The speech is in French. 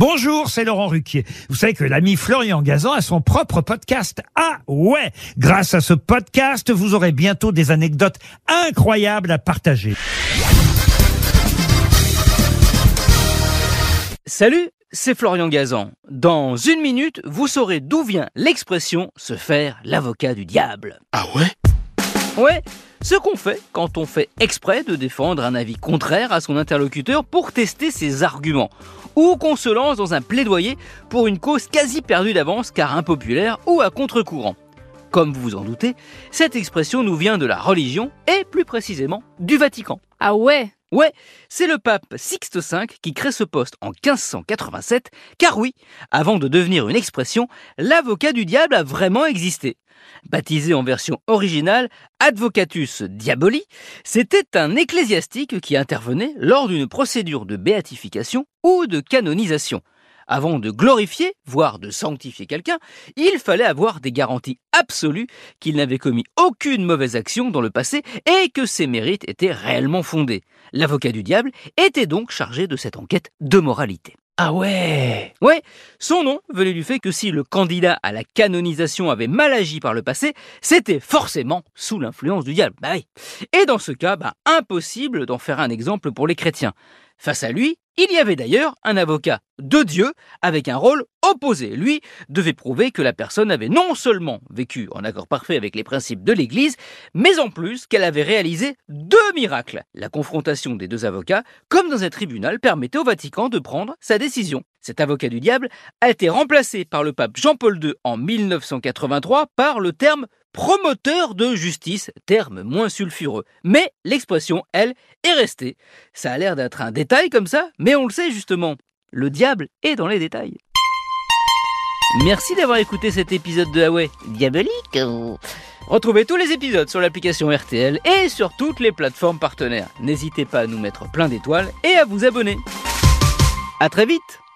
Bonjour, c'est Laurent Ruquier. Vous savez que l'ami Florian Gazan a son propre podcast. Ah ouais! Grâce à ce podcast, vous aurez bientôt des anecdotes incroyables à partager. Salut, c'est Florian Gazan. Dans 1 minute, vous saurez d'où vient l'expression « se faire l'avocat du diable ». Ah ouais? Ouais, ce qu'on fait quand on fait exprès de défendre un avis contraire à son interlocuteur pour tester ses arguments, ou qu'on se lance dans un plaidoyer pour une cause quasi perdue d'avance car impopulaire ou à contre-courant. Comme vous vous en doutez, cette expression nous vient de la religion et plus précisément du Vatican. Ah ouais? Ouais, c'est le pape Sixte V qui crée ce poste en 1587, car oui, avant de devenir une expression, l'avocat du diable a vraiment existé. Baptisé en version originale Advocatus Diaboli, c'était un ecclésiastique qui intervenait lors d'une procédure de béatification ou de canonisation. Avant de glorifier, voire de sanctifier quelqu'un, il fallait avoir des garanties absolues qu'il n'avait commis aucune mauvaise action dans le passé et que ses mérites étaient réellement fondés. L'avocat du diable était donc chargé de cette enquête de moralité. Ah ouais? Ouais, son nom venait du fait que si le candidat à la canonisation avait mal agi par le passé, c'était forcément sous l'influence du diable. Bah oui. Et dans ce cas, impossible d'en faire un exemple pour les chrétiens. Face à lui, il y avait d'ailleurs un avocat de Dieu avec un rôle opposé. Lui devait prouver que la personne avait non seulement vécu en accord parfait avec les principes de l'Église, mais en plus qu'elle avait réalisé 2 miracles. La confrontation des 2 avocats, comme dans un tribunal, permettait au Vatican de prendre sa décision. Cet avocat du diable a été remplacé par le pape Jean-Paul II en 1983 par le terme promoteur de justice, terme moins sulfureux. Mais l'expression, elle, est restée. Ça a l'air d'être un détail comme ça, mais on le sait justement. Le diable est dans les détails. Merci d'avoir écouté cet épisode de Ah ouais, diabolique. Retrouvez tous les épisodes sur l'application RTL et sur toutes les plateformes partenaires. N'hésitez pas à nous mettre plein d'étoiles et à vous abonner. À très vite.